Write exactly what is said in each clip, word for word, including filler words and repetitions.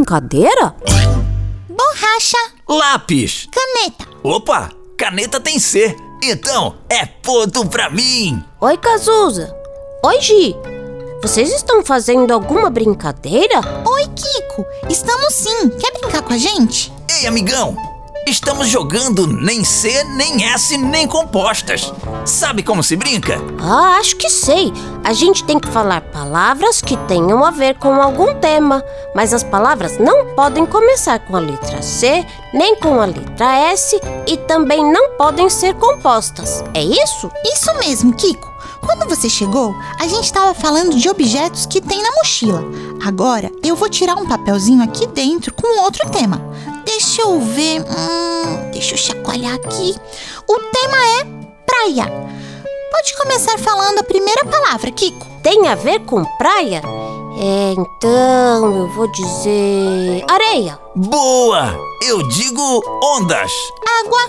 brincadeira? Borracha. Lápis. Caneta. Opa, caneta tem C. Então, é ponto pra mim. Oi, Cazuza. Oi, Gi. Vocês estão fazendo alguma brincadeira? Oi, Kiko. Estamos sim. Quer brincar com a gente? Ei, amigão. Estamos jogando nem C, nem S, nem compostas. Sabe como se brinca? Ah, acho que sei. A gente tem que falar palavras que tenham a ver com algum tema, mas as palavras não podem começar com a letra C, nem com a letra S e também não podem ser compostas. É isso? Isso mesmo, Kiko. Quando você chegou, a gente estava falando de objetos que tem na mochila. Agora, eu vou tirar um papelzinho aqui dentro com outro tema. Deixa eu ver... Hum, deixa eu chacoalhar aqui. O tema é praia. Pode começar falando a primeira palavra, Kiko. Tem a ver com praia? É, então eu vou dizer... areia. Boa! Eu digo ondas. Água.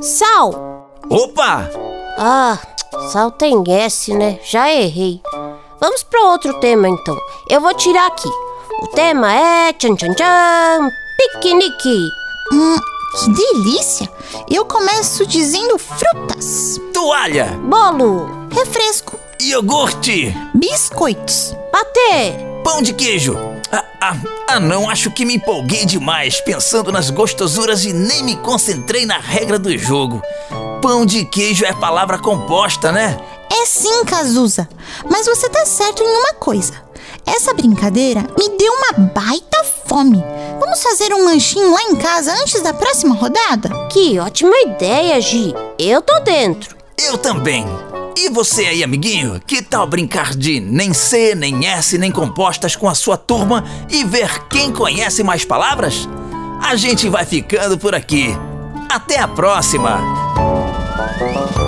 Sal. Opa! Ah, sal tem S, né? Já errei. Vamos para outro tema, então. Eu vou tirar aqui. O tema é... tchan, tchan, tchan, piquenique. Hum, que delícia! Eu começo dizendo frutas. Toalha. Bolo. Refresco. Iogurte. Biscoitos. Patê. Pão de queijo. Ah, ah, ah, não, acho que me empolguei demais pensando nas gostosuras e nem me concentrei na regra do jogo. Pão de queijo é palavra composta, né? É sim, Cazuza. Mas você tá certo em uma coisa. Essa brincadeira me deu uma baita fome. Vamos fazer um lanchinho lá em casa antes da próxima rodada? Que ótima ideia, Gi. Eu tô dentro. Eu também. E você aí, amiguinho? Que tal brincar de nem C, nem S, nem compostas com a sua turma e ver quem conhece mais palavras? A gente vai ficando por aqui. Até a próxima!